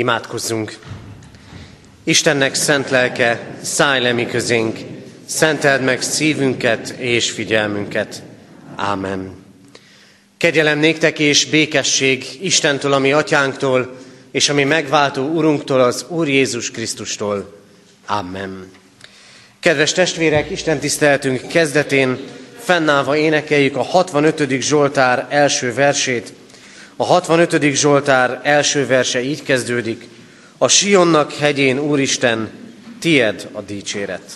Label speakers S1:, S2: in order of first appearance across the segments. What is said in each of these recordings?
S1: Imádkozzunk! Istennek szent lelke, szállj le mi közénk, szenteld meg szívünket és figyelmünket. Ámen. Kegyelem néktek és békesség Istentől, a mi atyánktól, és a mi megváltó Urunktól, az Úr Jézus Krisztustól. Amen. Kedves testvérek, Isten tiszteletünk kezdetén fennállva énekeljük a 65. Zsoltár első versét. A 65. Zsoltár első verse így kezdődik: a Sionnak hegyén, Úristen, tied a dicséret.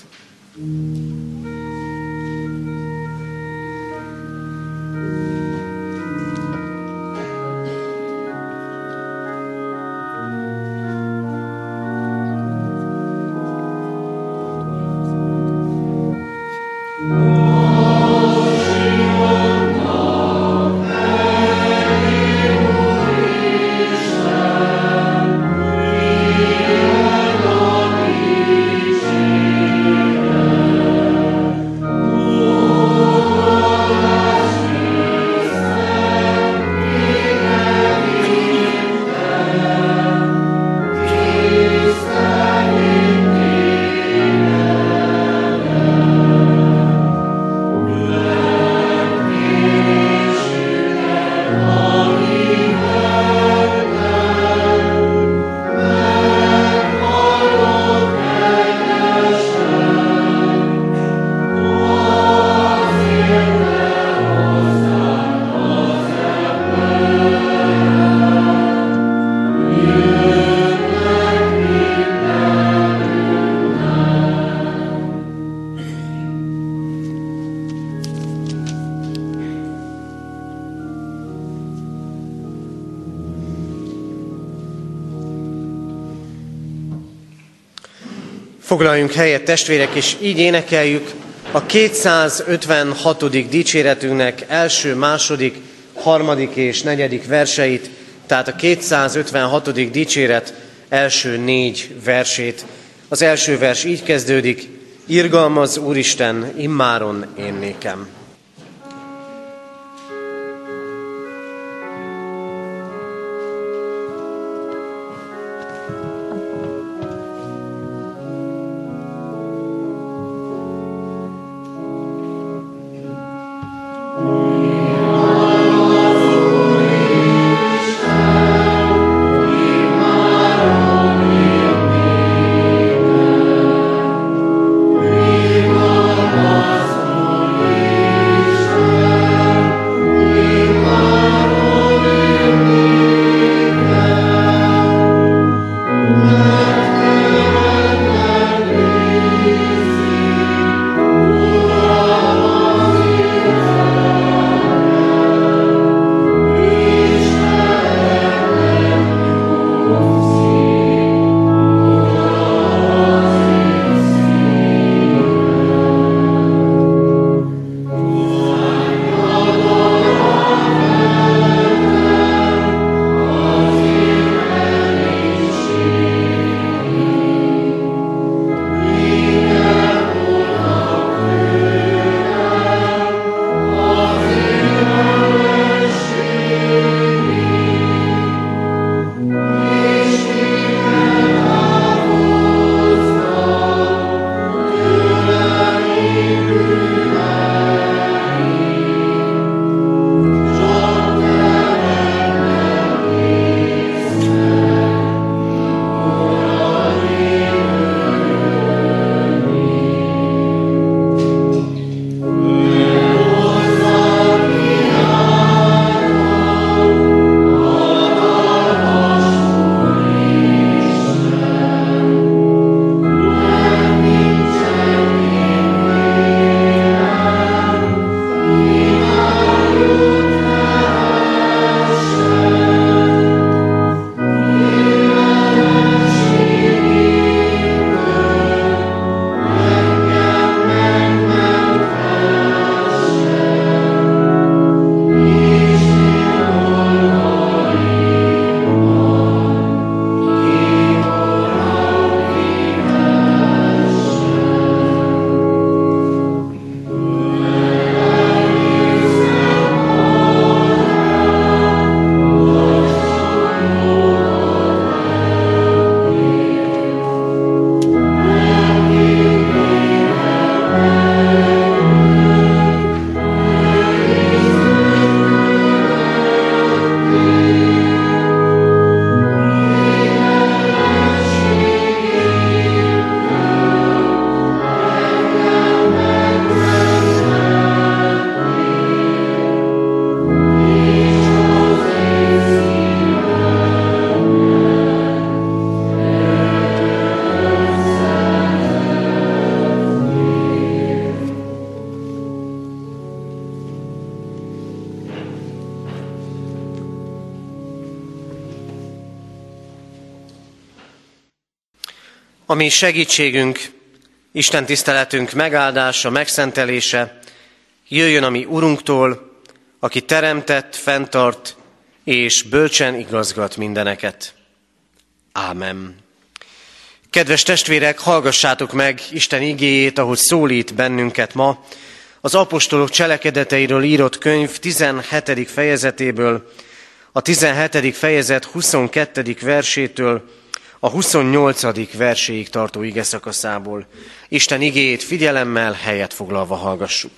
S1: Foglaljunk helyet, testvérek, és így énekeljük a 256. dicséretünknek első, második, harmadik és negyedik verseit, tehát a 256. dicséret első 4 versét. Az első vers így kezdődik: irgalmaz Úristen, immáron én nékem.
S2: Amen.
S1: mi segítségünk, Isten tiszteletünk megáldása, megszentelése jöjjön a mi Urunktól, aki teremtett, fenntart és bölcsen igazgat mindeneket. Ámen. Kedves testvérek, hallgassátok meg Isten igéjét, ahogy szólít bennünket ma, az apostolok cselekedeteiről írott könyv 17. fejezetéből, a 17. fejezet 22. versétől a 28. verséig tartó igeszakaszából. Isten igéjét figyelemmel, helyet foglalva hallgassuk.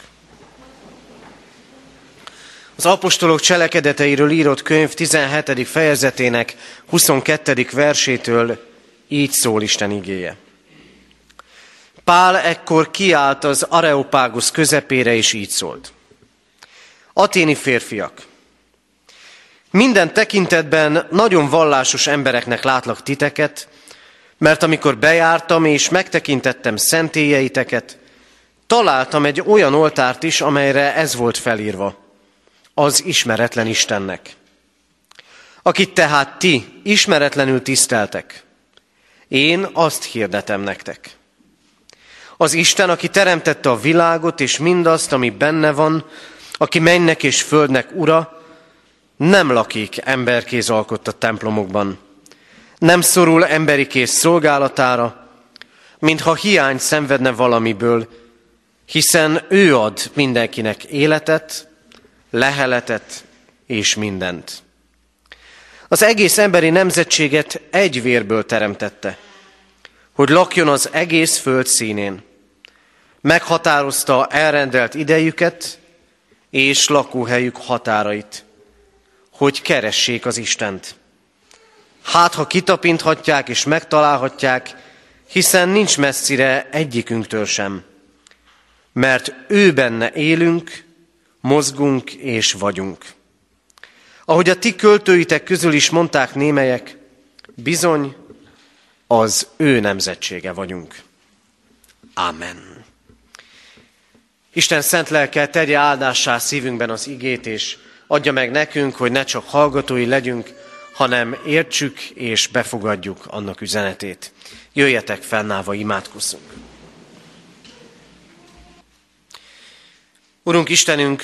S1: Az apostolok cselekedeteiről írott könyv 17. fejezetének 22. versétől így szól Isten igéje. Pál ekkor kiállt az Areopágus közepére, és így szólt. Aténi férfiak, minden tekintetben nagyon vallásos embereknek látlak titeket, mert amikor bejártam és megtekintettem szentélyeiteket, találtam egy olyan oltárt is, amelyre ez volt felírva, az ismeretlen Istennek. Akit tehát ti ismeretlenül tiszteltek, én azt hirdetem nektek. Az Isten, aki teremtette a világot és mindazt, ami benne van, aki mennek és földnek ura, nem lakik emberkéz alkotta templomokban. Nem szorul emberi kéz szolgálatára, mintha hiány szenvedne valamiből, hiszen ő ad mindenkinek életet, leheletet és mindent. Az egész emberi nemzetséget egy vérből teremtette, hogy lakjon az egész föld színén. Meghatározta elrendelt idejüket és lakóhelyük határait, hogy keressék az Istent. Hát, ha kitapinthatják és megtalálhatják, hiszen nincs messzire egyikünktől sem, mert ő benne élünk, mozgunk és vagyunk. Ahogy a ti költőitek közül is mondták némelyek, bizony, az ő nemzetsége vagyunk. Ámen. Isten szent lelke tegye áldássá szívünkben az igét, és adja meg nekünk, hogy ne csak hallgatói legyünk, hanem értsük és befogadjuk annak üzenetét. Jöjjetek, fennállva imádkozzunk. Urunk Istenünk,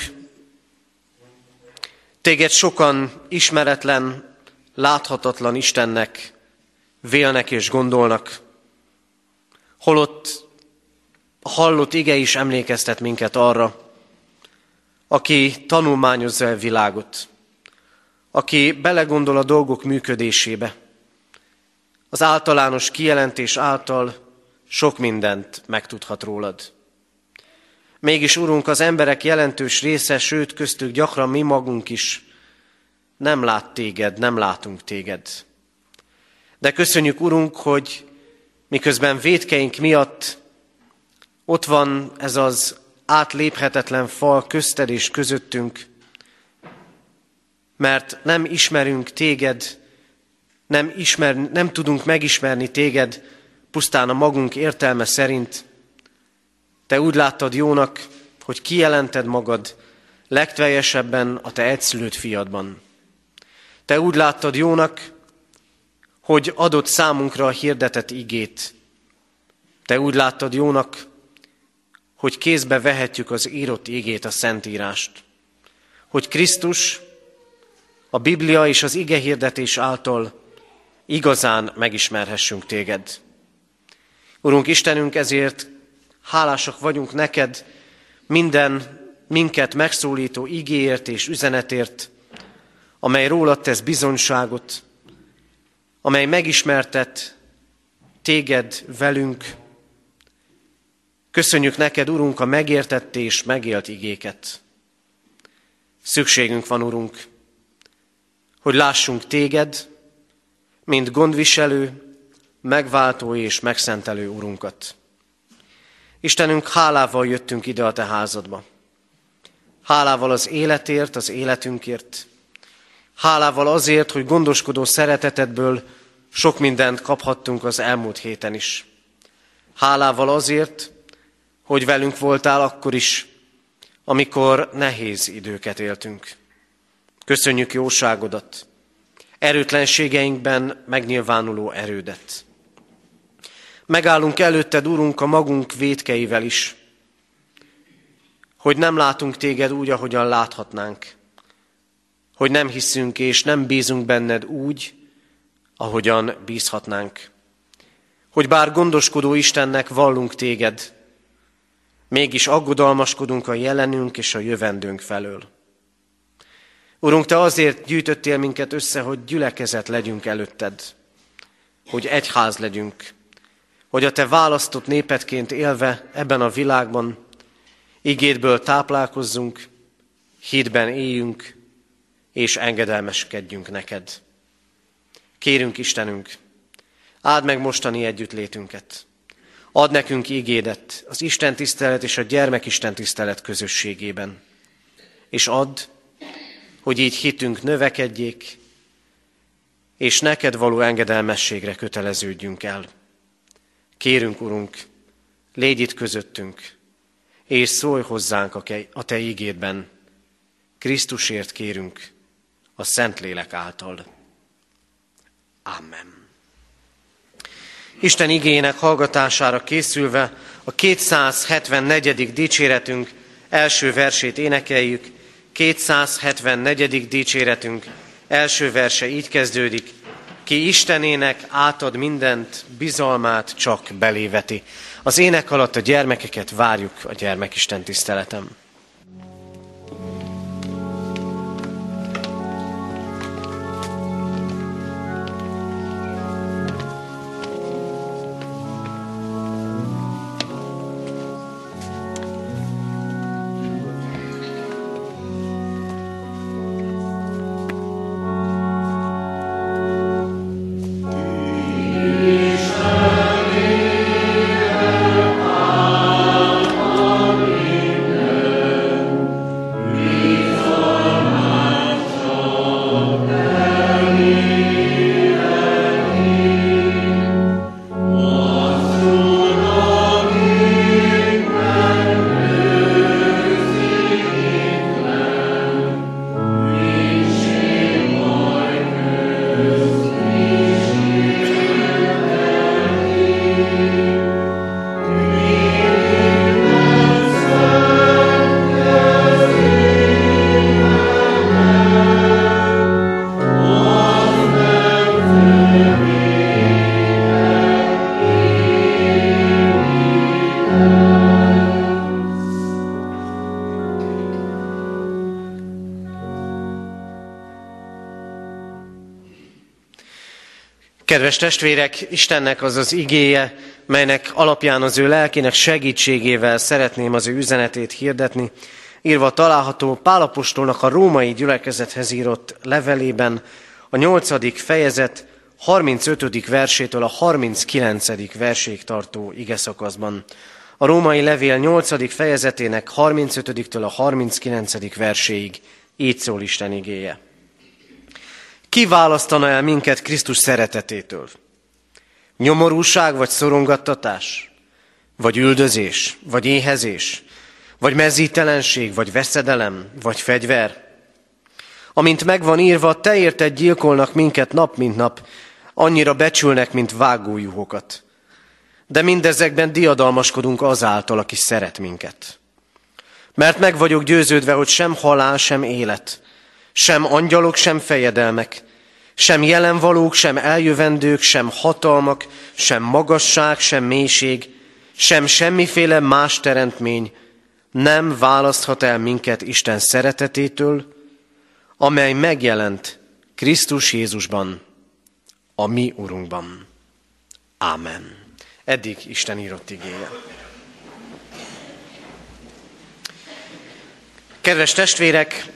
S1: téged sokan ismeretlen, láthatatlan Istennek vélnek és gondolnak, holott a hallott ige is emlékeztet minket arra, aki tanulmányozza a világot, aki belegondol a dolgok működésébe, az általános kijelentés által sok mindent megtudhat rólad. Mégis, Urunk, az emberek jelentős része, sőt köztük gyakran mi magunk is nem lát téged, nem látunk téged. De köszönjük, Urunk, hogy miközben vétkeink miatt ott van ez az átléphetetlen fal közted és közöttünk, mert nem ismerünk téged, nem tudunk megismerni téged pusztán a magunk értelme szerint. Te úgy láttad jónak, hogy kijelented magad legteljesebben a te egyszülött fiadban. Te úgy láttad jónak, hogy adott számunkra a hirdetett igét. Te úgy láttad jónak, hogy kézbe vehetjük az írott igét, a Szentírást. Hogy Krisztus, a Biblia és az ige hirdetés által igazán megismerhessünk téged. Urunk Istenünk, ezért hálásak vagyunk neked minden minket megszólító igéért és üzenetért, amely rólad tesz bizonyságot, amely megismertet téged velünk. Köszönjük neked, Urunk, a megértett és megélt igéket. Szükségünk van, Urunk, hogy lássunk téged, mint gondviselő, megváltó és megszentelő Urunkat. Istenünk, hálával jöttünk ide a te házadba. Hálával az életért, az életünkért. Hálával azért, hogy gondoskodó szeretetedből sok mindent kaphattunk az elmúlt héten is. Hálával azért, hogy velünk voltál akkor is, amikor nehéz időket éltünk. Köszönjük jóságodat, erőtlenségeinkben megnyilvánuló erődet. Megállunk előtted, Urunk, a magunk vétkeivel is, hogy nem látunk téged úgy, ahogyan láthatnánk, hogy nem hiszünk és nem bízunk benned úgy, ahogyan bízhatnánk. Hogy bár gondoskodó Istennek vallunk téged, mégis aggodalmaskodunk a jelenünk és a jövendőnk felől. Urunk, te azért gyűjtöttél minket össze, hogy gyülekezet legyünk előtted, hogy egyház legyünk, hogy a te választott népedként élve ebben a világban igédből táplálkozzunk, hitben éljünk, és engedelmeskedjünk neked. Kérünk, Istenünk, áld meg mostani együttlétünket. Add nekünk igédet az Isten tisztelet és a gyermekisten tisztelet közösségében. És add, hogy így hitünk növekedjék, és neked való engedelmességre köteleződjünk el. Kérünk, Urunk, légy itt közöttünk, és szólj hozzánk a te igédben. Krisztusért kérünk, a Szentlélek által. Amen. Isten igéjének hallgatására készülve a 274. dicséretünk első versét énekeljük. 274. dicséretünk első verse így kezdődik: ki Istenének átad mindent, bizalmát csak beléveti. Az ének alatt a gyermekeket várjuk a gyermekisten tiszteletem. Kedves testvérek, Istennek az az igéje, melynek alapján az ő lelkének segítségével szeretném az ő üzenetét hirdetni, írva található Pál apostolnak a római gyülekezethez írott levelében, a 8. fejezet 35. versétől a 39. verséig tartó igeszakaszban. A római levél 8. fejezetének 35-től a 39. verséig így szól Isten igéje. Ki választana el minket Krisztus szeretetétől? Nyomorúság vagy szorongattatás? Vagy üldözés? Vagy éhezés? Vagy mezítelenség? Vagy veszedelem? Vagy fegyver? Amint megvan írva, te érted gyilkolnak minket nap mint nap, annyira becsülnek, mint vágójuhokat. De mindezekben diadalmaskodunk azáltal, aki szeret minket. Mert meg vagyok győződve, hogy sem halál, sem élet, sem angyalok, sem fejedelmek, sem jelenvalók, sem eljövendők, sem hatalmak, sem magasság, sem mélység, sem semmiféle más teremtmény nem választhat el minket Isten szeretetétől, amely megjelent Krisztus Jézusban, a mi Urunkban. Ámen. Eddig Isten írott igéje. Kedves testvérek,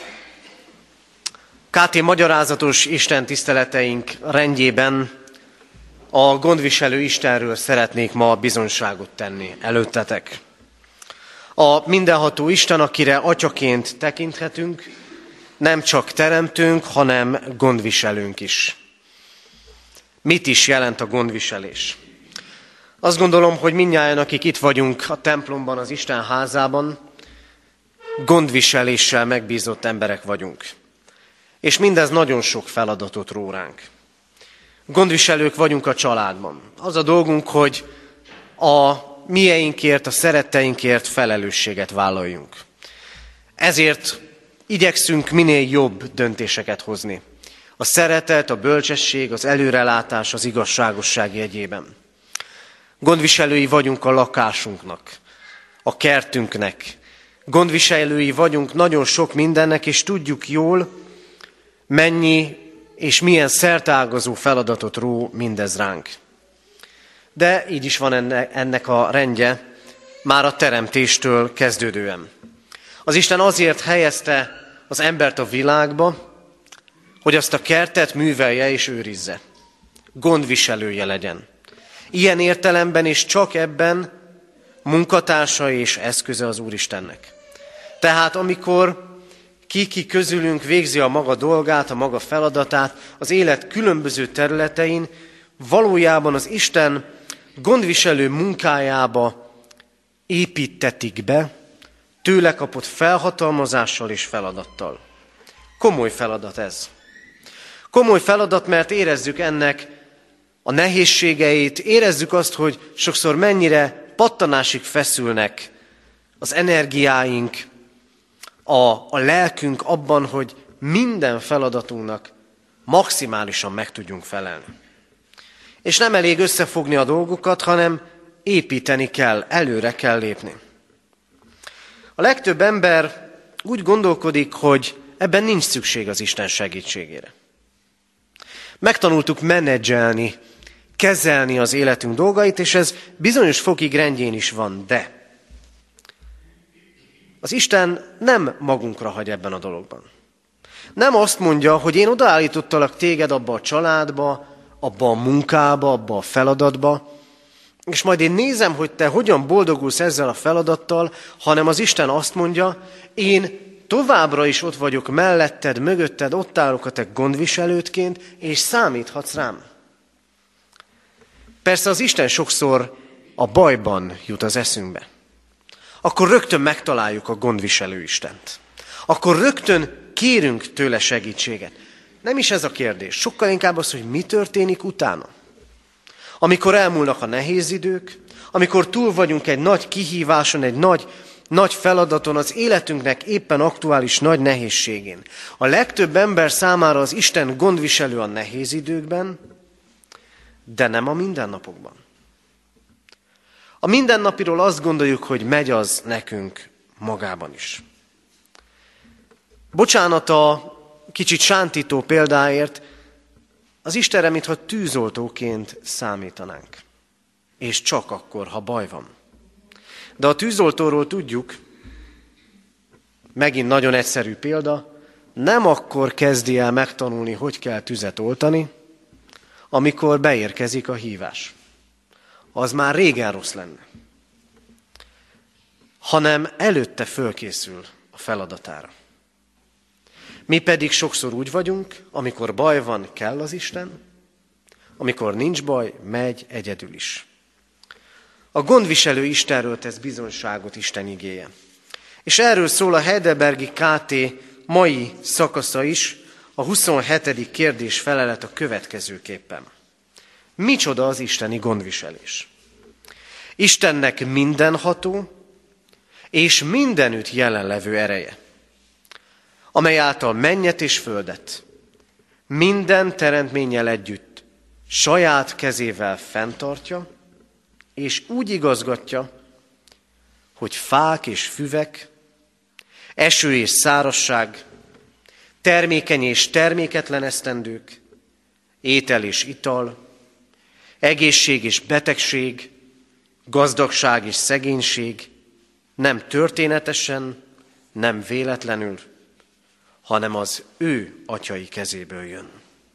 S1: KT magyarázatos Isten tiszteleteink rendjében a gondviselő Istenről szeretnék ma bizonyságot tenni előttetek. A mindenható Isten, akire atyaként tekinthetünk, nem csak teremtőnk, hanem gondviselőnk is. Mit is jelent a gondviselés? Azt gondolom, hogy mindnyájan, akik itt vagyunk a templomban, az Isten házában, gondviseléssel megbízott emberek vagyunk. És mindez nagyon sok feladatot ró ránk. Gondviselők vagyunk a családban. Az a dolgunk, hogy a mieinkért, a szeretteinkért felelősséget vállaljunk. Ezért igyekszünk minél jobb döntéseket hozni. A szeretet, a bölcsesség, az előrelátás, az igazságosság jegyében. Gondviselői vagyunk a lakásunknak, a kertünknek. Gondviselői vagyunk nagyon sok mindennek, és tudjuk jól, mennyi és milyen szerteágazó feladatot ró mindez ránk. De így is van ennek a rendje, már a teremtéstől kezdődően. Az Isten azért helyezte az embert a világba, hogy azt a kertet művelje és őrizze. Gondviselője legyen. Ilyen értelemben és csak ebben munkatársa és eszköze az Úristennek. Tehát amikor ki közülünk végzi a maga dolgát, a maga feladatát, az élet különböző területein, valójában az Isten gondviselő munkájába építetik be, tőle kapott felhatalmazással és feladattal. Komoly feladat ez. Komoly feladat, mert érezzük ennek a nehézségeit, érezzük azt, hogy sokszor mennyire pattanásig feszülnek az energiáink, a lelkünk abban, hogy minden feladatunknak maximálisan meg tudjunk felelni. És nem elég összefogni a dolgokat, hanem építeni kell, előre kell lépni. A legtöbb ember úgy gondolkodik, hogy ebben nincs szükség az Isten segítségére. Megtanultuk menedzselni, kezelni az életünk dolgait, és ez bizonyos fokig rendjén is van, de az Isten nem magunkra hagy ebben a dologban. Nem azt mondja, hogy én odaállítottalak téged abba a családba, abba a munkába, abba a feladatba, és majd én nézem, hogy te hogyan boldogulsz ezzel a feladattal, hanem az Isten azt mondja, én továbbra is ott vagyok melletted, mögötted, ott állok a te gondviselődként, és számíthatsz rám. Persze az Isten sokszor a bajban jut az eszünkbe. Akkor rögtön megtaláljuk a gondviselő Istent. Akkor rögtön kérünk tőle segítséget. Nem is ez a kérdés, sokkal inkább az, hogy mi történik utána. Amikor elmúlnak a nehéz idők, amikor túl vagyunk egy nagy kihíváson, egy nagy feladaton, az életünknek éppen aktuális nagy nehézségén. A legtöbb ember számára az Isten gondviselő a nehéz időkben, de nem a mindennapokban. A mindennapiról azt gondoljuk, hogy megy az nekünk magában is. Bocsánat a kicsit sántító példáért, az Istenre, mintha tűzoltóként számítanánk. És csak akkor, ha baj van. De a tűzoltóról tudjuk, megint nagyon egyszerű példa, nem akkor kezdi el megtanulni, hogy kell tüzet oltani, amikor beérkezik a hívás. Az már régen rossz lenne. Hanem előtte fölkészül a feladatára. Mi pedig sokszor úgy vagyunk, amikor baj van, kell az Isten, amikor nincs baj, megy egyedül is. A gondviselő Istenről tesz bizonyságot Isten igéje. És erről szól a Heidelbergi KT mai szakasza is, a 27. kérdés felelet a következőképpen. Micsoda az isteni gondviselés? Istennek mindenható és mindenütt jelenlevő ereje, amely által mennyet és földet, minden teremtménnyel együtt saját kezével fenntartja, és úgy igazgatja, hogy fák és füvek, eső és szárazság, termékeny és terméketlen esztendők, étel és ital, egészség és betegség, gazdagság és szegénység nem történetesen, nem véletlenül, hanem az ő atyai kezéből jön.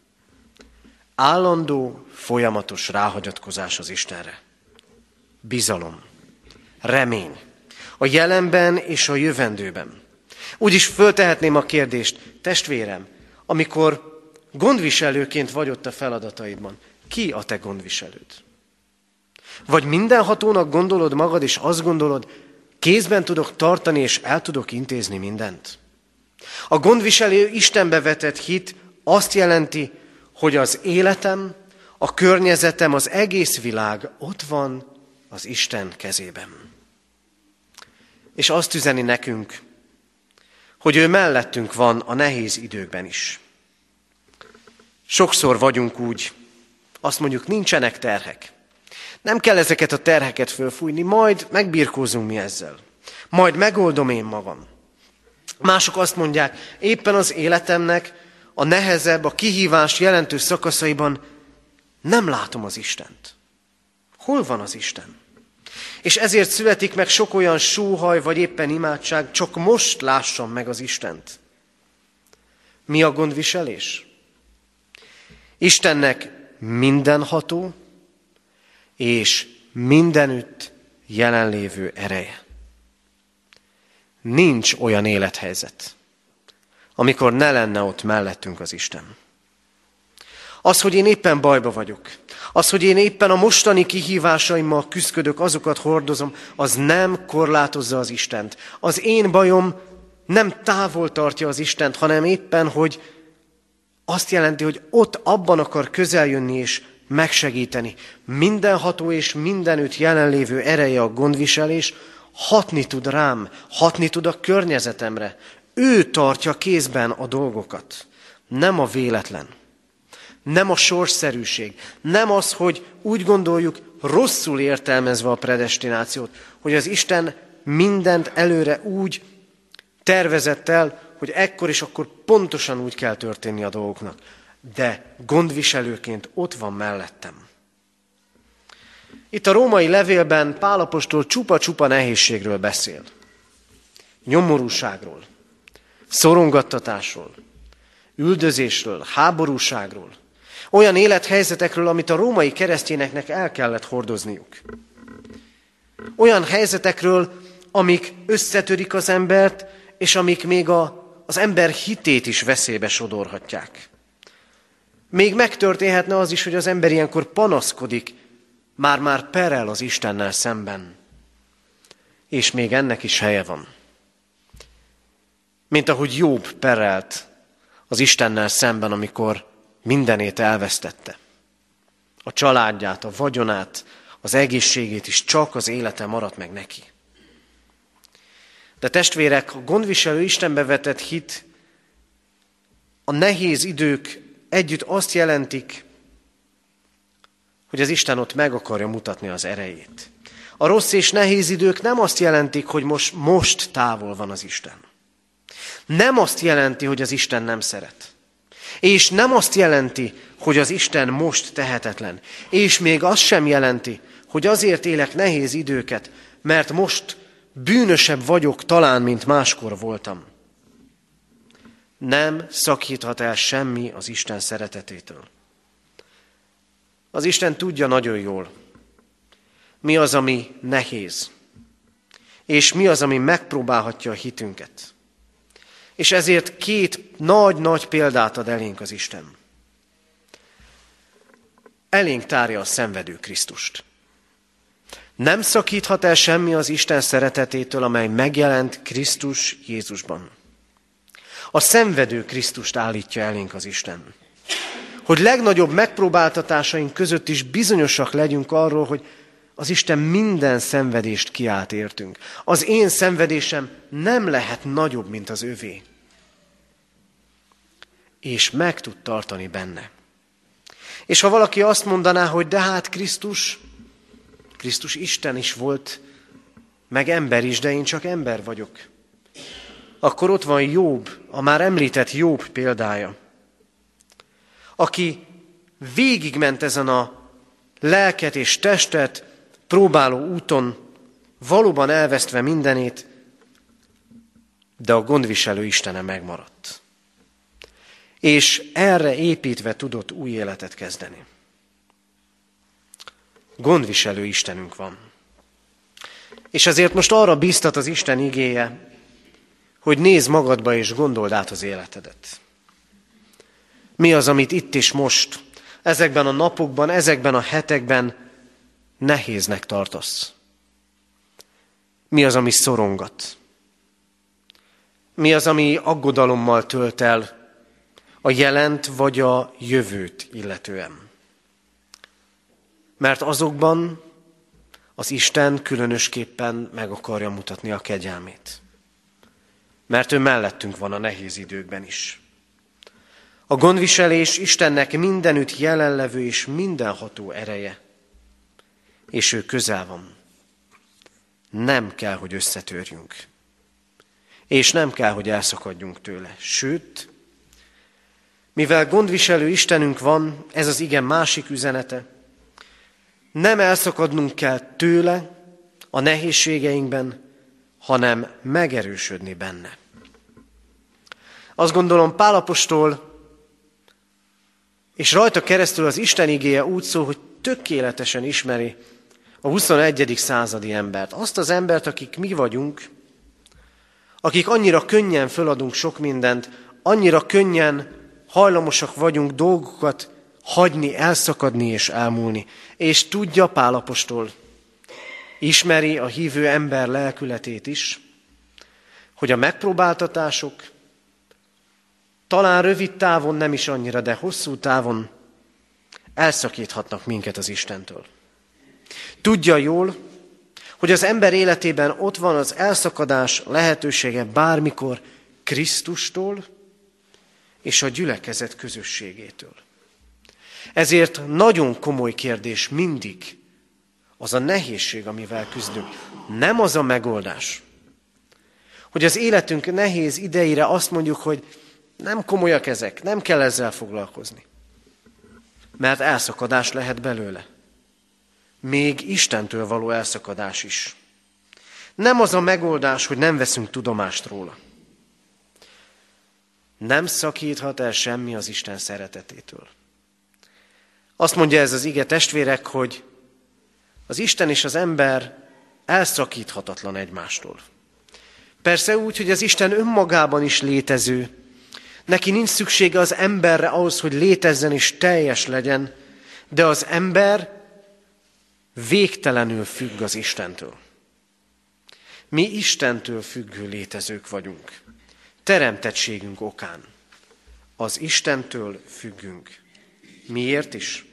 S1: Állandó, folyamatos ráhagyatkozás az Istenre. Bizalom, remény, a jelenben és a jövendőben. Úgyis föltehetném a kérdést, testvérem, amikor gondviselőként vagy ott a feladataidban, ki a te gondviselőd? Vagy mindenhatónak gondolod magad, és azt gondolod, kézben tudok tartani, és el tudok intézni mindent? A gondviselő Istenbe vetett hit azt jelenti, hogy az életem, A környezetem, az egész világ ott van az Isten kezében. És azt üzeni nekünk, hogy ő mellettünk van a nehéz időkben is. Sokszor vagyunk úgy, azt mondjuk, nincsenek terhek. Nem kell ezeket a terheket fölfújni, majd megbirkózunk mi ezzel. Majd megoldom én magam. Mások azt mondják, éppen az életemnek a nehezebb, a kihívás jelentős szakaszaiban nem látom az Istent. Hol van az Isten? És ezért születik meg sok olyan sóhaj, vagy éppen imádság, csak most lássam meg az Istent. Mi a gondviselés? Istennek mindenható és mindenütt jelenlévő ereje. Nincs olyan élethelyzet, amikor ne lenne ott mellettünk az Isten. Az, hogy én éppen bajba vagyok, az, hogy én éppen a mostani kihívásaimmal küzdködök, azokat hordozom, az nem korlátozza az Istent. Az én bajom nem távol tartja az Istent, hanem éppen, hogy azt jelenti, hogy ott abban akar közeljönni és megsegíteni. Mindenható és mindenütt jelenlévő ereje a gondviselés, hatni tud rám, hatni tud a környezetemre. Ő tartja kézben a dolgokat, nem a véletlen. Nem a sorsszerűség, nem az, hogy úgy gondoljuk, rosszul értelmezve a predestinációt, hogy az Isten mindent előre úgy tervezett el, hogy ekkor és akkor pontosan úgy kell történni a dolgoknak. De gondviselőként ott van mellettem. Itt a római levélben Pál apostol csupa-csupa nehézségről beszél. Nyomorúságról, szorongattatásról, üldözésről, háborúságról. Olyan élethelyzetekről, amit a római keresztényeknek el kellett hordozniuk. Olyan helyzetekről, amik összetörik az embert, és amik még az ember hitét is veszélybe sodorhatják. Még megtörténhetne az is, hogy az ember ilyenkor panaszkodik, már perel az Istennel szemben. És még ennek is helye van. Mint ahogy Jobb perelt az Istennel szemben, amikor mindenét elvesztette. A családját, a vagyonát, az egészségét is, csak az élete maradt meg neki. De testvérek, a gondviselő Istenbe vetett hit, a nehéz idők együtt azt jelentik, hogy az Isten ott meg akarja mutatni az erejét. A rossz és nehéz idők nem azt jelentik, hogy most távol van az Isten. Nem azt jelenti, hogy az Isten nem szeret. És nem azt jelenti, hogy az Isten most tehetetlen. És még azt sem jelenti, hogy azért élek nehéz időket, mert most bűnösebb vagyok talán, mint máskor voltam. Nem szakíthat el semmi az Isten szeretetétől. Az Isten tudja nagyon jól, mi az, ami nehéz, és mi az, ami megpróbálhatja a hitünket. És ezért két nagy-nagy példát ad elénk az Isten. Elénk tárja a szenvedő Krisztust. Nem szakíthat el semmi az Isten szeretetétől, amely megjelent Krisztus Jézusban. A szenvedő Krisztust állítja elénk az Isten. Hogy legnagyobb megpróbáltatásaink között is bizonyosak legyünk arról, hogy az Isten minden szenvedést kiált értünk. Az én szenvedésem nem lehet nagyobb, mint az övé. És meg tud tartani benne. És ha valaki azt mondaná, hogy de hát Krisztus Isten is volt, meg ember is, de én csak ember vagyok. Akkor ott van Jobb, a már említett Jobb példája, aki végigment ezen a lelket és testet próbáló úton, valóban elvesztve mindenét, de a gondviselő Istene megmaradt. És erre építve tudott új életet kezdeni. Gondviselő Istenünk van. És ezért most arra bíztat az Isten igéje, hogy nézz magadba és gondold át az életedet. Mi az, amit itt és most, ezekben a napokban, ezekben a hetekben nehéznek tartasz? Mi az, ami szorongat? Mi az, ami aggodalommal tölt el a jelent vagy a jövőt illetően? Mert azokban az Isten különösképpen meg akarja mutatni a kegyelmét. Mert ő mellettünk van a nehéz időkben is. A gondviselés Istennek mindenütt jelenlevő és mindenható ereje. És ő közel van. Nem kell, hogy összetörjünk. És nem kell, hogy elszakadjunk tőle. Sőt, mivel gondviselő Istenünk van, ez az ige másik üzenete, nem elszakadnunk kell tőle a nehézségeinkben, hanem megerősödni benne. Azt gondolom, Pál apostol és rajta keresztül az Isten igéje úgy szól, hogy tökéletesen ismeri a 21. századi embert. Azt az embert, akik mi vagyunk, akik annyira könnyen föladunk sok mindent, annyira könnyen hajlamosak vagyunk dolgokat hagyni, elszakadni és elmúlni. És tudja Pál apostol, ismeri a hívő ember lelkületét is, hogy a megpróbáltatások talán rövid távon nem is annyira, de hosszú távon elszakíthatnak minket az Istentől. Tudja jól, hogy az ember életében ott van az elszakadás lehetősége bármikor Krisztustól és a gyülekezet közösségétől. Ezért nagyon komoly kérdés mindig az a nehézség, amivel küzdünk. Nem az a megoldás, hogy az életünk nehéz ideire azt mondjuk, hogy nem komolyak ezek, nem kell ezzel foglalkozni. Mert elszakadás lehet belőle. Még Istentől való elszakadás is. Nem az a megoldás, hogy nem veszünk tudomást róla. Nem szakíthat el semmi az Isten szeretetétől. Azt mondja ez az ige, testvérek, hogy az Isten és az ember elszakíthatatlan egymástól. Persze úgy, hogy az Isten önmagában is létező, neki nincs szüksége az emberre ahhoz, hogy létezzen és teljes legyen, de az ember végtelenül függ az Istentől. Mi Istentől függő létezők vagyunk. Teremtettségünk okán. Az Istentől függünk. Miért is?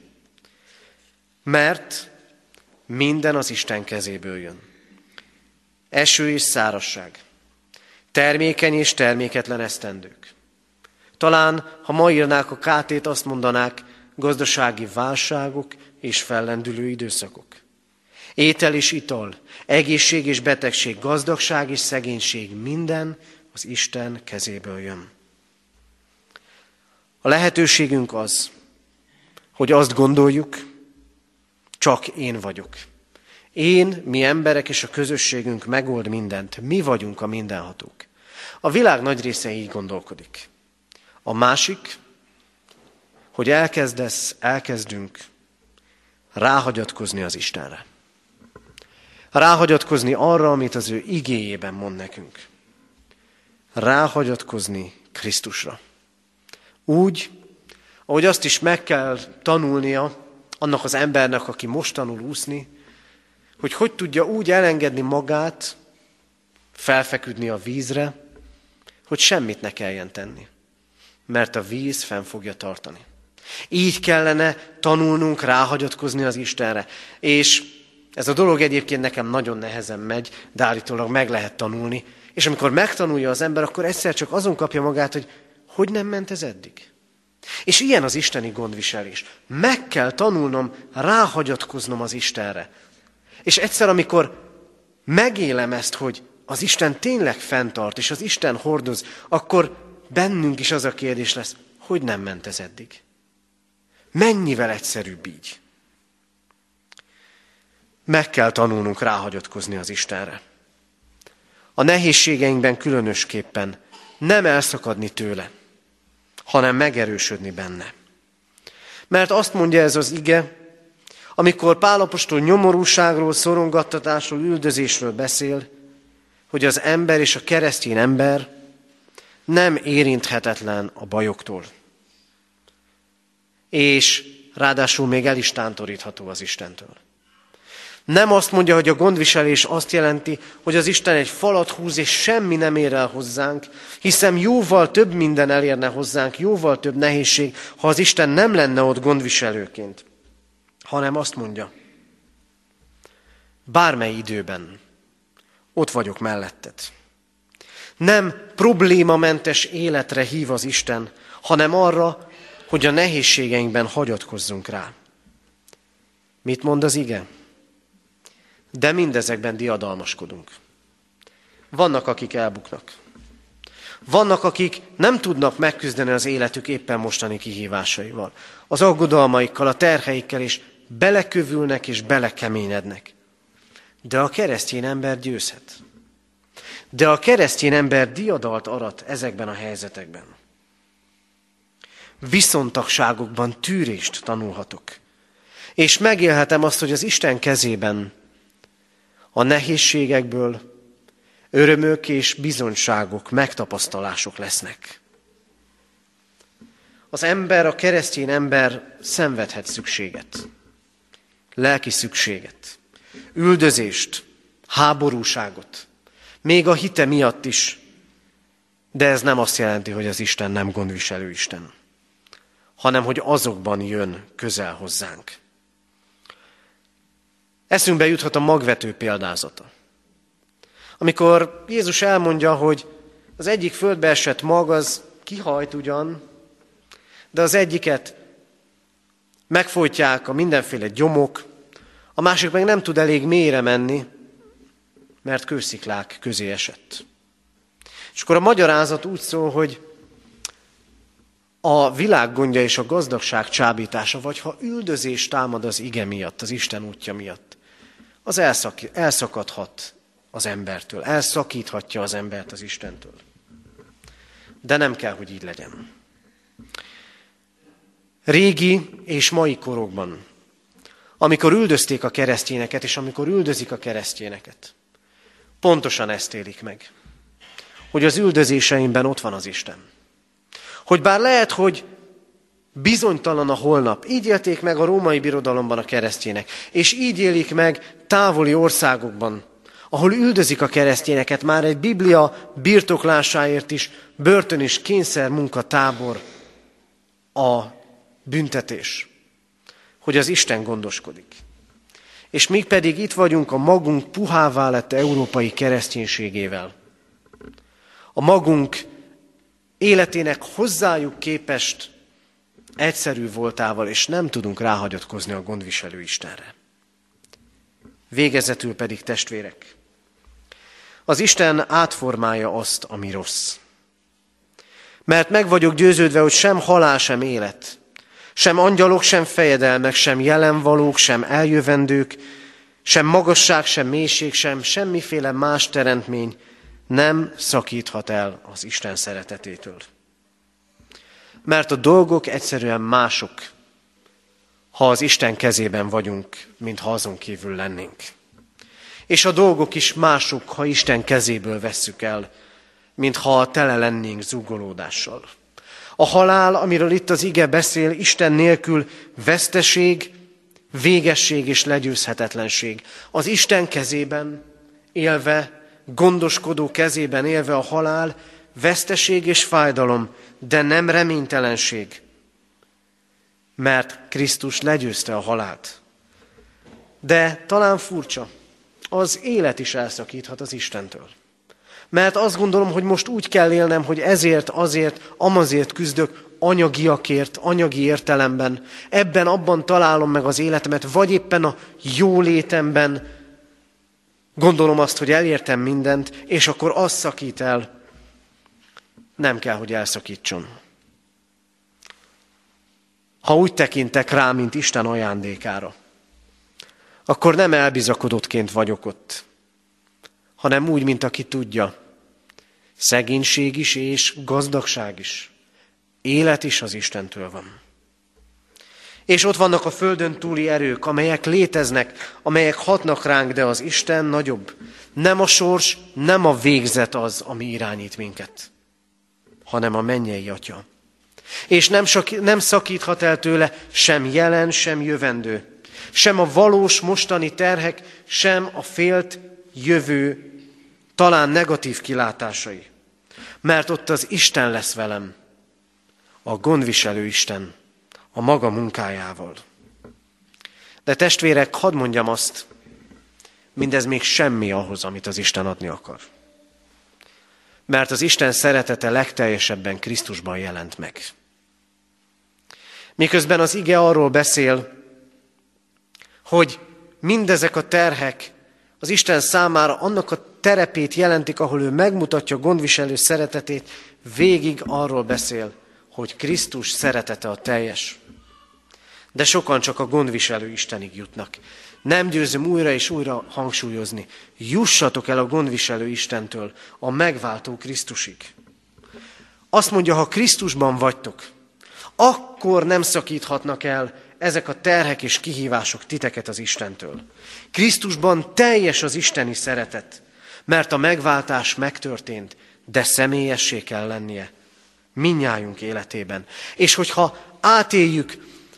S1: Mert minden az Isten kezéből jön. Eső és szárazság. Termékeny és terméketlen esztendők. Talán, ha ma írnák a KT-t, azt mondanák, gazdasági válságok és fellendülő időszakok. Étel és ital, egészség és betegség, gazdagság és szegénység, minden az Isten kezéből jön. A lehetőségünk az, hogy azt gondoljuk, csak én vagyok. Én, mi emberek és a közösségünk megold mindent. Mi vagyunk a mindenhatók. A világ nagy része így gondolkodik. A másik, hogy elkezdünk ráhagyatkozni az Istenre. Ráhagyatkozni arra, amit az ő igéjében mond nekünk. Ráhagyatkozni Krisztusra. Úgy, ahogy azt is meg kell tanulnia annak az embernek, aki most tanul úszni, hogy tudja úgy elengedni magát, felfeküdni a vízre, hogy semmit ne kelljen tenni. Mert a víz fenn fogja tartani. Így kellene tanulnunk ráhagyatkozni az Istenre. És ez a dolog egyébként nekem nagyon nehezen megy, de állítólag meg lehet tanulni. És amikor megtanulja az ember, akkor egyszer csak azon kapja magát, hogy nem ment ez eddig. És ilyen az isteni gondviselés. Meg kell tanulnom, ráhagyatkoznom az Istenre. És egyszer, amikor megélem ezt, hogy az Isten tényleg fenntart, és az Isten hordoz, akkor bennünk is az a kérdés lesz, hogy nem ment ez eddig. Mennyivel egyszerűbb így. Meg kell tanulnunk ráhagyatkozni az Istenre. A nehézségeinkben különösképpen nem elszakadni tőle, hanem megerősödni benne. Mert azt mondja ez az ige, amikor Pál apostol nyomorúságról, szorongattatásról, üldözésről beszél, hogy az ember és a keresztény ember nem érinthetetlen a bajoktól. És ráadásul még el is tántorítható az Istentől. Nem azt mondja, hogy a gondviselés azt jelenti, hogy az Isten egy falat húz, és semmi nem ér el hozzánk, hiszen jóval több minden elérne hozzánk, jóval több nehézség, ha az Isten nem lenne ott gondviselőként. Hanem azt mondja, bármely időben ott vagyok melletted. Nem problémamentes életre hív az Isten, hanem arra, hogy a nehézségeinkben hagyatkozzunk rá. Mit mond az ige? De mindezekben diadalmaskodunk. Vannak, akik elbuknak. Vannak, akik nem tudnak megküzdeni az életük éppen mostani kihívásaival, az aggodalmaikkal, a terheikkel, és belekövülnek és belekeményednek. De a keresztény ember győzhet. De a keresztény ember diadalt arat ezekben a helyzetekben. Viszontagságokban tűrést tanulhatok. És megélhetem azt, hogy az Isten kezében a nehézségekből örömök és bizonyságok, megtapasztalások lesznek. Az ember, a keresztény ember szenvedhet szükséget, lelki szükséget, üldözést, háborúságot, még a hite miatt is, de ez nem azt jelenti, hogy az Isten nem gondviselő Isten, hanem hogy azokban jön közel hozzánk. Eszünkbe juthat a magvető példázata. Amikor Jézus elmondja, hogy az egyik földbe esett mag az kihajt ugyan, de az egyiket megfojtják a mindenféle gyomok, a másik meg nem tud elég mélyre menni, mert kősziklák közé esett. És akkor a magyarázat úgy szól, hogy a világ gondja és a gazdagság csábítása, vagy ha üldözés támad az ige miatt, az Isten útja miatt, az elszakadhat az embertől, elszakíthatja az embert az Istentől. De nem kell, hogy így legyen. Régi és mai korokban, amikor üldözték a keresztényeket, és amikor üldözik a keresztényeket, pontosan ezt élik meg, hogy az üldözéseimben ott van az Isten. Hogy bár lehet, hogy bizonytalan a holnap, így élték meg a római birodalomban a keresztények, és így élik meg távoli országokban, ahol üldözik a keresztényeket, már egy Biblia birtoklásáért is börtön és kényszermunkatábor a büntetés, hogy az Isten gondoskodik. És mi pedig itt vagyunk a magunk puhává lett európai kereszténységével. A magunk életének hozzájuk képest egyszerű voltával, és nem tudunk ráhagyatkozni a gondviselő Istenre. Végezetül pedig, testvérek, az Isten átformálja azt, ami rossz. Mert meg vagyok győződve, hogy sem halál, sem élet, sem angyalok, sem fejedelmek, sem jelenvalók, sem eljövendők, sem magasság, sem mélység, sem semmiféle más teremtmény nem szakíthat el az Isten szeretetétől. Mert a dolgok egyszerűen mások, ha az Isten kezében vagyunk, mint ha azon kívül lennénk. És a dolgok is mások, ha Isten kezéből vesszük el, mint ha tele lennénk zúgolódással. A halál, amiről itt az ige beszél, Isten nélkül veszteség, végesség és legyőzhetetlenség. Az Isten kezében élve, gondoskodó kezében élve a halál, veszteség és fájdalom, de nem reménytelenség, mert Krisztus legyőzte a halált. De talán furcsa, az élet is elszakíthat az Istentől. Mert azt gondolom, hogy most úgy kell élnem, hogy ezért, azért, amazért küzdök, anyagiakért, anyagi értelemben. Ebben, abban találom meg az életemet, vagy éppen a jólétemben gondolom azt, hogy elértem mindent, és akkor az szakít el. Nem kell, hogy elszakítson. Ha úgy tekintek rá, mint Isten ajándékára, akkor nem elbizakodottként vagyok ott, hanem úgy, mint aki tudja, szegénység is és gazdagság is, élet is az Istentől van. És ott vannak a földön túli erők, amelyek léteznek, amelyek hatnak ránk, de az Isten nagyobb. Nem a sors, nem a végzet az, ami irányít minket, hanem a mennyei Atya. És nem szakíthat el tőle sem jelen, sem jövendő, sem a valós mostani terhek, sem a félt jövő, talán negatív kilátásai. Mert ott az Isten lesz velem, a gondviselő Isten, a maga munkájával. De testvérek, hadd mondjam azt, mindez még semmi ahhoz, amit az Isten adni akar. Mert az Isten szeretete legteljesebben Krisztusban jelent meg. Miközben az ige arról beszél, hogy mindezek a terhek az Isten számára annak a terepét jelentik, ahol ő megmutatja gondviselő szeretetét, végig arról beszél, hogy Krisztus szeretete a teljes. De sokan csak a gondviselő Istenig jutnak. Nem győzöm újra és újra hangsúlyozni. Jussatok el a gondviselő Istentől a megváltó Krisztusig. Azt mondja, ha Krisztusban vagytok, akkor nem szakíthatnak el ezek a terhek és kihívások titeket az Istentől. Krisztusban teljes az isteni szeretet, mert a megváltás megtörtént, de személyessé kell lennie mindnyájunk életében. És hogyha átéljük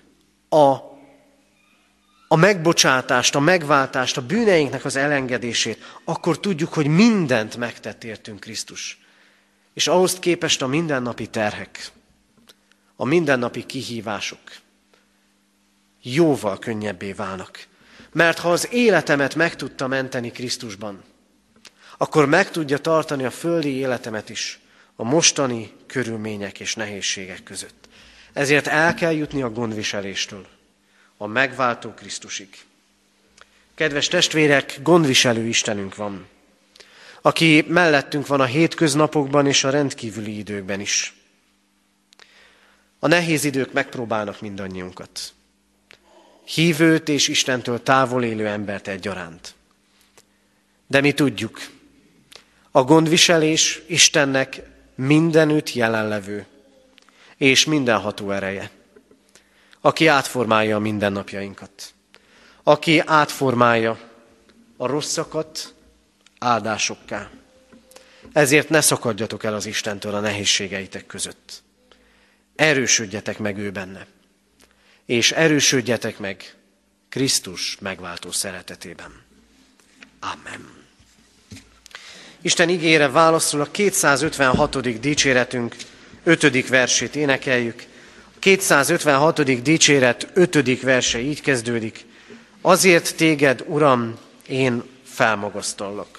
S1: a megbocsátást, a megváltást, a bűneinknek az elengedését, akkor tudjuk, hogy mindent megtett értünk Krisztus. És ahhoz képest a mindennapi terhek, a mindennapi kihívások jóval könnyebbé válnak. Mert ha az életemet meg tudta menteni Krisztusban, akkor meg tudja tartani a földi életemet is a mostani körülmények és nehézségek között. Ezért el kell jutni a gondviseléstől a megváltó Krisztusig. Kedves testvérek, gondviselő Istenünk van, aki mellettünk van a hétköznapokban és a rendkívüli időkben is. A nehéz idők megpróbálnak mindannyiunkat. Hívőt és Istentől távol élő embert egyaránt. De mi tudjuk, a gondviselés Istennek mindenütt jelenlevő és mindenható ereje, aki átformálja a mindennapjainkat, aki átformálja a rosszakat áldásokká. Ezért ne szakadjatok el az Istentől a nehézségeitek között. Erősödjetek meg ő benne, és erősödjetek meg Krisztus megváltó szeretetében. Amen. Isten igére válaszul a 256. dicséretünk 5. versét énekeljük. A 256. dicséret 5. verse így kezdődik. Azért téged, Uram, én felmagasztallak.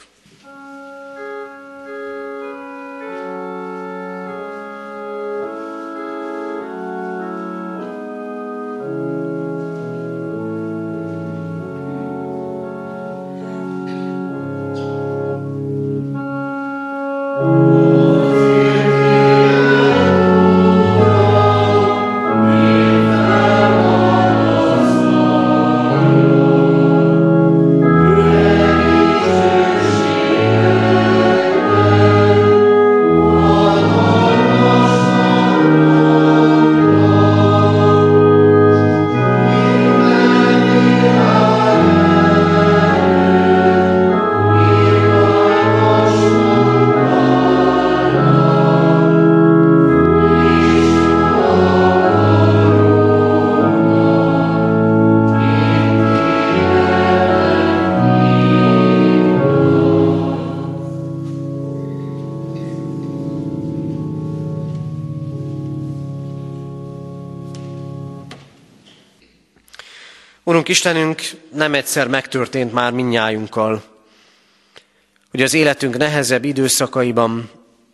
S1: Urunk Istenünk, nem egyszer megtörtént már mindnyájunkkal, hogy az életünk nehezebb időszakaiban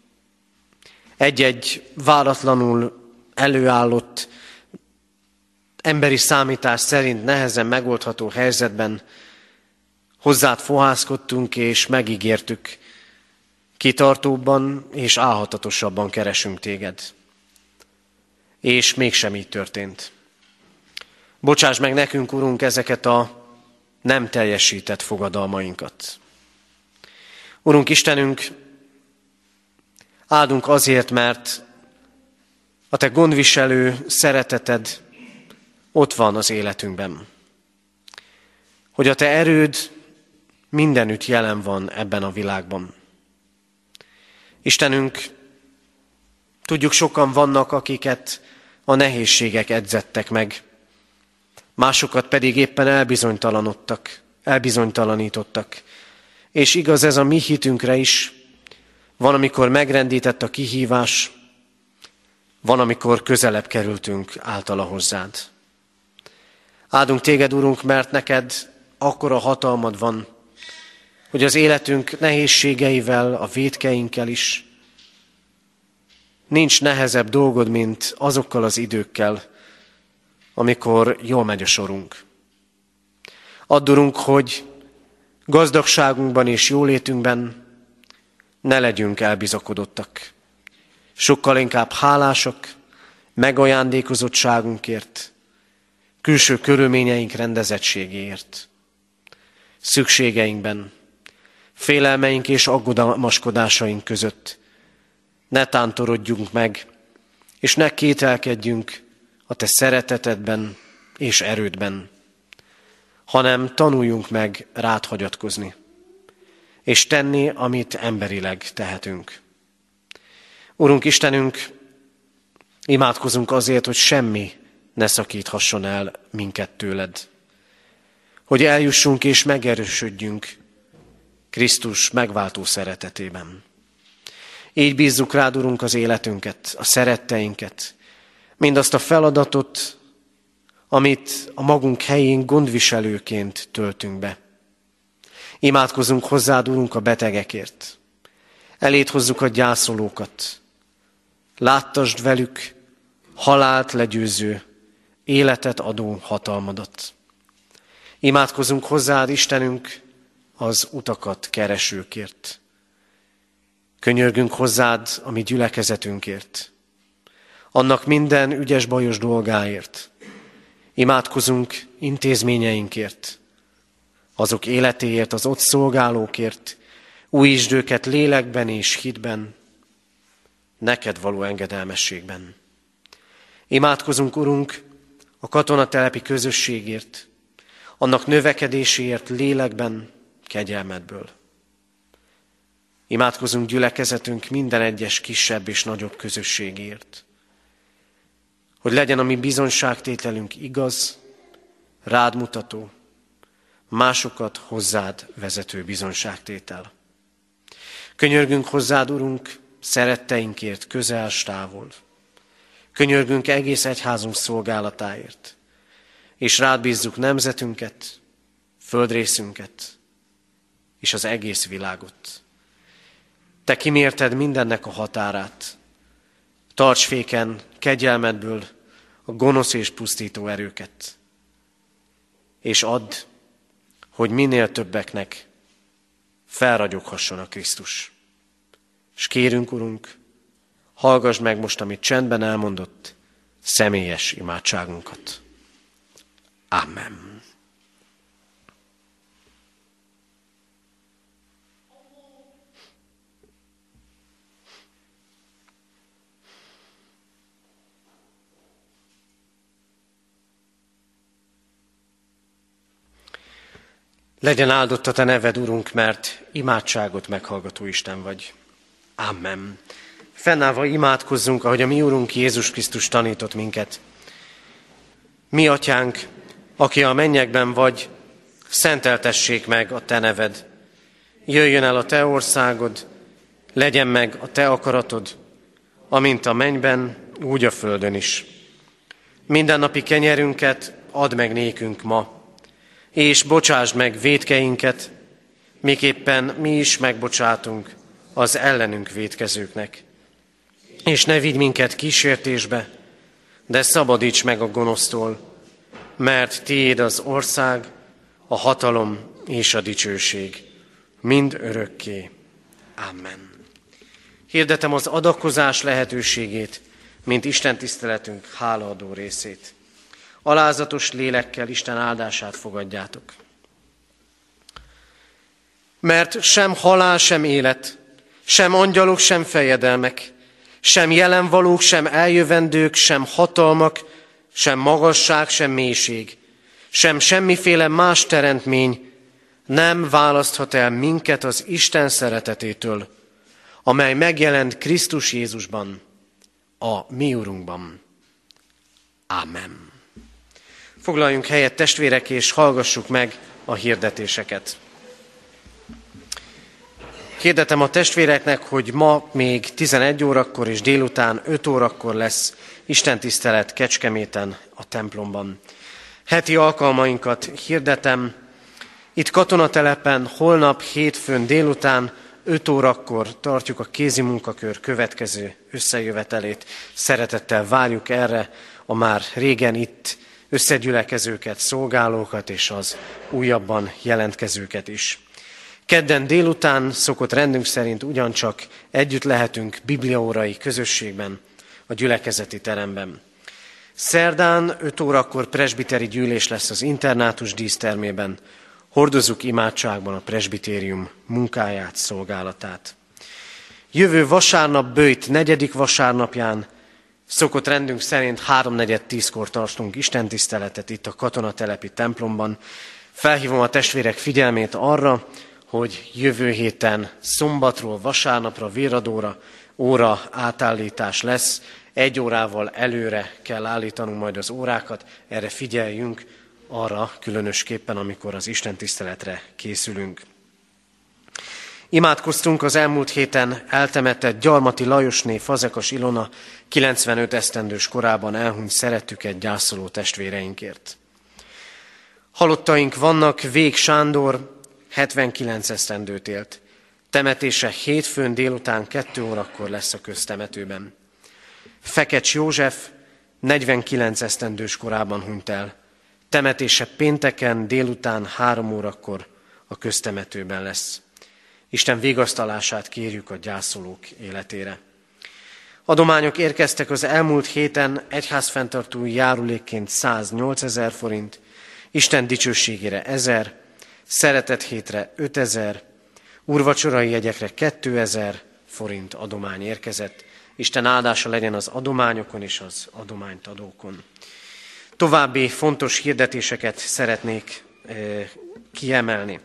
S1: egy-egy váratlanul előállott, emberi számítás szerint nehezen megoldható helyzetben hozzád fohászkodtunk és megígértük, kitartóbban és álhatatosabban keresünk téged. És mégsem így történt. Bocsáss meg nekünk, Urunk, ezeket a nem teljesített fogadalmainkat. Urunk Istenünk, áldunk azért, mert a Te gondviselő szereteted ott van az életünkben. Hogy a Te erőd mindenütt jelen van ebben a világban. Istenünk, tudjuk, sokan vannak, akiket a nehézségek edzettek meg, másokat pedig éppen elbizonytalanítottak. És igaz ez a mi hitünkre is, van, amikor megrendített a kihívás, van, amikor közelebb kerültünk általa hozzád. Áldunk téged, Urunk, mert neked akkora hatalmad van, hogy az életünk nehézségeivel, a vétkeinkkel is nincs nehezebb dolgod, mint azokkal az időkkel, amikor jól megy a sorunk. Add, Urunk, hogy gazdagságunkban és jólétünkben ne legyünk elbizakodottak. Sokkal inkább hálásak megajándékozottságunkért, külső körülményeink rendezettségéért. Szükségeinkben, félelmeink és aggodalmaskodásaink között ne tántorodjunk meg, és ne kételkedjünk a Te szeretetedben és erődben, hanem tanuljunk meg rád hagyatkozni, és tenni, amit emberileg tehetünk. Urunk Istenünk, imádkozunk azért, hogy semmi ne szakíthasson el minket tőled, hogy eljussunk és megerősödjünk Krisztus megváltó szeretetében. Így bízzuk rád, Urunk, az életünket, a szeretteinket, mindazt a feladatot, amit a magunk helyén gondviselőként töltünk be. Imádkozunk hozzád, Urunk, a betegekért. Eléd hozzuk a gyászolókat. Láttasd velük halált legyőző, életet adó hatalmadat. Imádkozunk hozzád, Istenünk, az utakat keresőkért. Könyörgünk hozzád a mi gyülekezetünkért, annak minden ügyes bajos dolgáért. Imádkozunk intézményeinkért, azok életéért, az ott szolgálókért, újítsd őket lélekben és hitben, neked való engedelmességben. Imádkozunk, Urunk, a katonatelepi közösségért, annak növekedéséért lélekben, kegyelmedből. Imádkozunk gyülekezetünk minden egyes kisebb és nagyobb közösségért, hogy legyen a mi bizonyságtételünk igaz, rád mutató, másokat hozzád vezető bizonyságtétel. Könyörgünk hozzád, Urunk, szeretteinkért közel s távol. Könyörgünk egész egyházunk szolgálatáért, és rád bízzuk nemzetünket, földrészünket és az egész világot. Te kimérted mindennek a határát. Tarts féken kegyelmedből a gonosz és pusztító erőket, és add, hogy minél többeknek felragyoghasson a Krisztus. És kérünk, Urunk, hallgass meg most, amit csendben elmondott, személyes imádságunkat. Amen. Legyen áldott a te neved, Urunk, mert imádságot meghallgató Isten vagy. Amen. Fennállva imádkozzunk, ahogy a mi Urunk Jézus Krisztus tanított minket. Mi, Atyánk, aki a mennyekben vagy, szenteltessék meg a te neved. Jöjjön el a te országod, legyen meg a te akaratod, amint a mennyben, úgy a földön is. Mindennapi kenyerünket add meg nékünk ma, és bocsásd meg vétkeinket, miképpen mi is megbocsátunk az ellenünk vétkezőknek. És ne vigy minket kísértésbe, de szabadíts meg a gonosztól, mert tiéd az ország, a hatalom és a dicsőség, mind örökké. Amen. Hirdetem az adakozás lehetőségét, mint Isten tiszteletünk hálaadó részét. Alázatos lélekkel Isten áldását fogadjátok. Mert sem halál, sem élet, sem angyalok, sem fejedelmek, sem jelenvalók, sem eljövendők, sem hatalmak, sem magasság, sem mélység, sem semmiféle más teremtmény nem választhat el minket az Isten szeretetétől, amely megjelent Krisztus Jézusban, a mi Urunkban. Amen. Foglaljunk helyet, testvérek, és hallgassuk meg a hirdetéseket. Hirdetem a testvéreknek, hogy ma még 11 órakor és délután 5 órakor lesz istentisztelet Kecskeméten a templomban. Heti alkalmainkat hirdetem. Itt katonatelepen holnap hétfőn délután 5 órakor tartjuk a kézi munkakör következő összejövetelét. Szeretettel várjuk erre a már régen itt összegyülekezőket, szolgálókat és az újabban jelentkezőket is. Kedden délután szokott rendünk szerint ugyancsak együtt lehetünk bibliaórai közösségben, a gyülekezeti teremben. Szerdán 5 órakor presbiteri gyűlés lesz az internátus dísztermében. Hordozzuk imádságban a presbitérium munkáját, szolgálatát. Jövő vasárnap böjt 4. vasárnapján szokott rendünk szerint 3:4-10-kor tartunk istentiszteletet itt a katonatelepi templomban. Felhívom a testvérek figyelmét arra, hogy jövő héten szombatról vasárnapra virradóra óra átállítás lesz. 1 órával előre kell állítanunk majd az órákat, erre figyeljünk, arra különösképpen, amikor az istentiszteletre készülünk. Imádkoztunk az elmúlt héten eltemetett Gyarmati Lajosné Fazekas Ilona 95 esztendős korában elhunyt szerettüket gyászoló testvéreinkért. Halottaink vannak, Vég Sándor 79 esztendőt élt. Temetése hétfőn délután 2 órakor lesz a köztemetőben. Fekecs József 49 esztendős korában hunyt el. Temetése pénteken délután 3 órakor a köztemetőben lesz. Isten vigasztalását kérjük a gyászolók életére. Adományok érkeztek az elmúlt héten egyházfenntartói járulékként 108 000 forint, Isten dicsőségére 1000, szeretet hétre 5000, úrvacsorai jegyekre 2000 forint adomány érkezett. Isten áldása legyen az adományokon és az adományt adókon. További fontos hirdetéseket szeretnék kiemelni.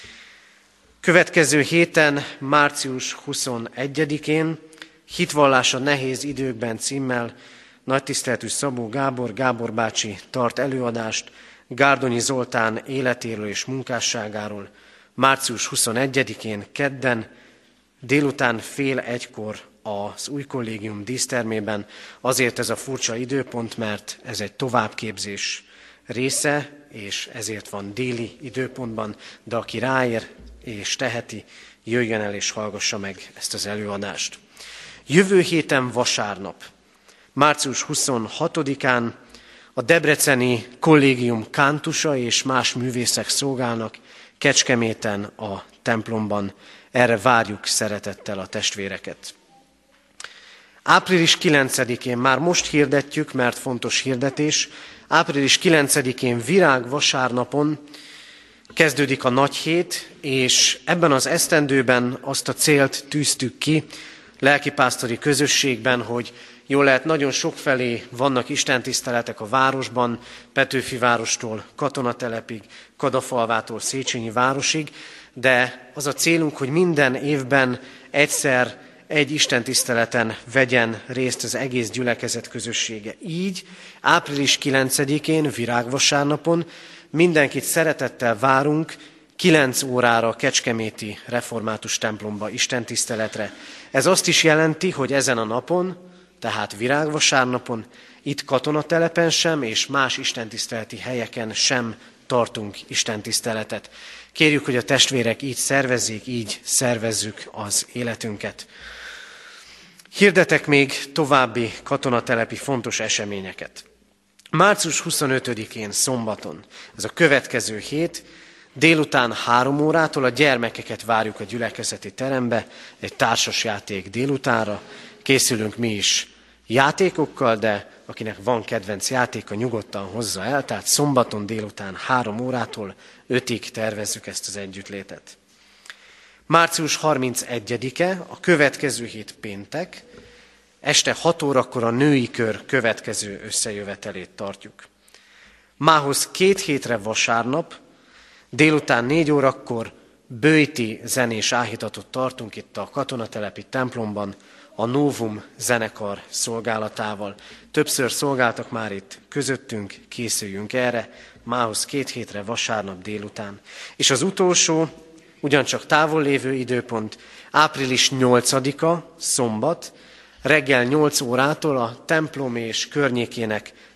S1: Következő héten, március 21-én Hitvallása nehéz időkben címmel nagytiszteletű Szabó Gábor bácsi tart előadást Gárdonyi Zoltán életéről és munkásságáról. Március 21-én kedden délután 12:30 az új kollégium dísztermében. Azért ez a furcsa időpont, mert ez egy továbbképzés része, és ezért van déli időpontban, de aki ráér és teheti, jöjjön el és hallgassa meg ezt az előadást. Jövő héten vasárnap, március 26-án a debreceni kollégium kántusa és más művészek szolgálnak Kecskeméten a templomban. Erre várjuk szeretettel a testvéreket. Április 9-én, már most hirdetjük, mert fontos hirdetés, április 9-én virágvasárnapon kezdődik a nagy hét, és ebben az esztendőben azt a célt tűztük ki lelkipásztori közösségben, hogy jól lehet, nagyon sokfelé vannak istentiszteletek a városban, Petőfi várostól Katonatelepig, Kadafalvától Széchenyi városig, de az a célunk, hogy minden évben egyszer egy istentiszteleten vegyen részt az egész gyülekezet közössége. Így április 9-én, virágvasárnapon mindenkit szeretettel várunk 9 órára a kecskeméti református templomba istentiszteletre. Ez azt is jelenti, hogy ezen a napon, tehát virágvasárnapon, itt katonatelepen sem és más istentiszteleti helyeken sem tartunk istentiszteletet. Kérjük, hogy a testvérek így szervezzék, így szervezzük az életünket. Hirdetek még további katonatelepi fontos eseményeket. Március 25-én szombaton, ez a következő hét, délután 3 órától a gyermekeket várjuk a gyülekezeti terembe, egy társasjáték délutánra. Készülünk mi is játékokkal, de akinek van kedvenc játéka, nyugodtan hozza el, tehát szombaton délután 3 órától 5-ig tervezzük ezt az együttlétet. Március 31-e, a következő hét péntek, este 6 órakor a női kör következő összejövetelét tartjuk. Mához 2 hétre vasárnap, délután 4 órakor böjti zenés áhítatot tartunk itt a katonatelepi templomban, a Novum zenekar szolgálatával. Többször szolgáltak már itt közöttünk, készüljünk erre, mához 2 hétre vasárnap délután. És az utolsó, ugyancsak távol lévő időpont, április 8-a, szombat, reggel 8 órától a templom és környékének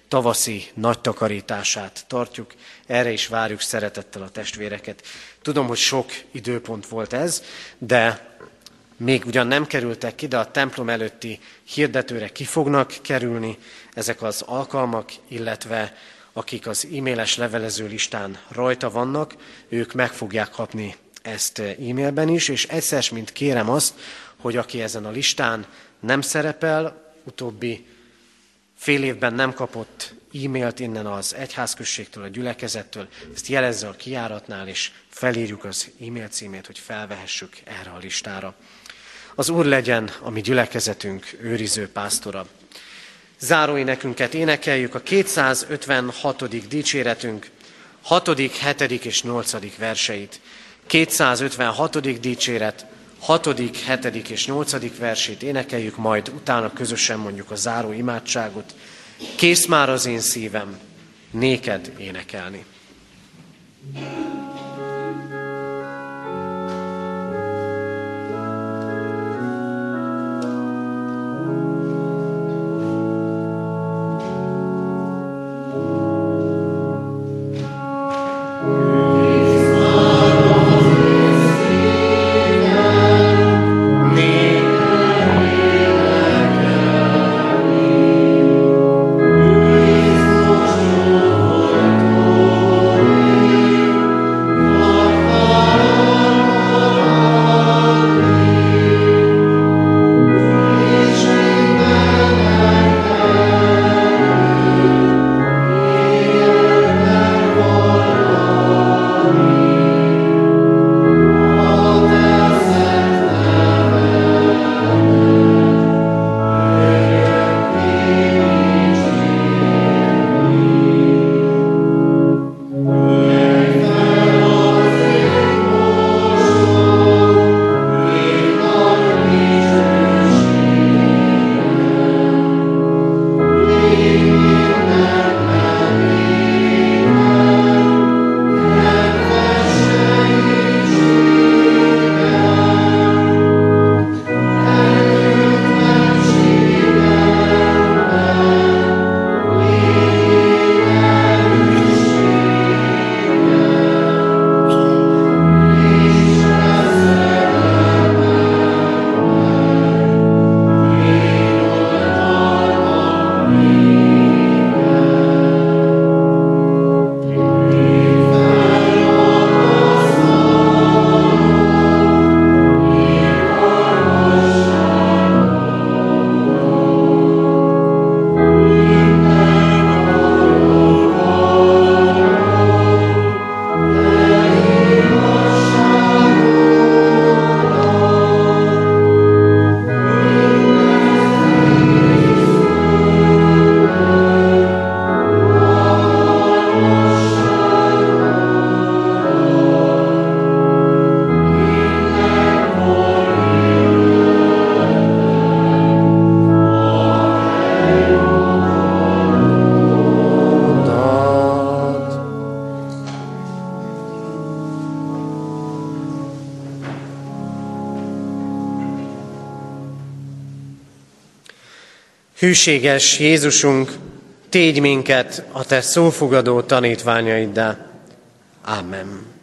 S1: tavaszi nagy takarítását tartjuk. Erre is várjuk szeretettel a testvéreket. Tudom, hogy sok időpont volt ez, de még ugyan nem kerültek ki, de a templom előtti hirdetőre ki fognak kerülni ezek az alkalmak, illetve akik az e-mailes levelező listán rajta vannak, ők meg fogják kapni ezt e-mailben is, és egyszer mint kérem azt, hogy aki ezen a listán nem szerepel, utóbbi fél évben nem kapott e-mailt innen az egyházközségtől, a gyülekezettől, ezt jelezze a kijáratnál, és felírjuk az e-mail címét, hogy felvehessük erre a listára. Az Úr legyen a mi gyülekezetünk őriző pásztora. Záróénekünket énekeljük, a 256. dicséretünk 6., 7. és 8. verseit. 256. dicséret, 6., 7. és 8. versét énekeljük, majd utána közösen mondjuk a záró imádságot. Kész már az én szívem, néked énekelni. Hűséges Jézusunk, tégy minket a te szófogadó tanítványaiddá. Amen.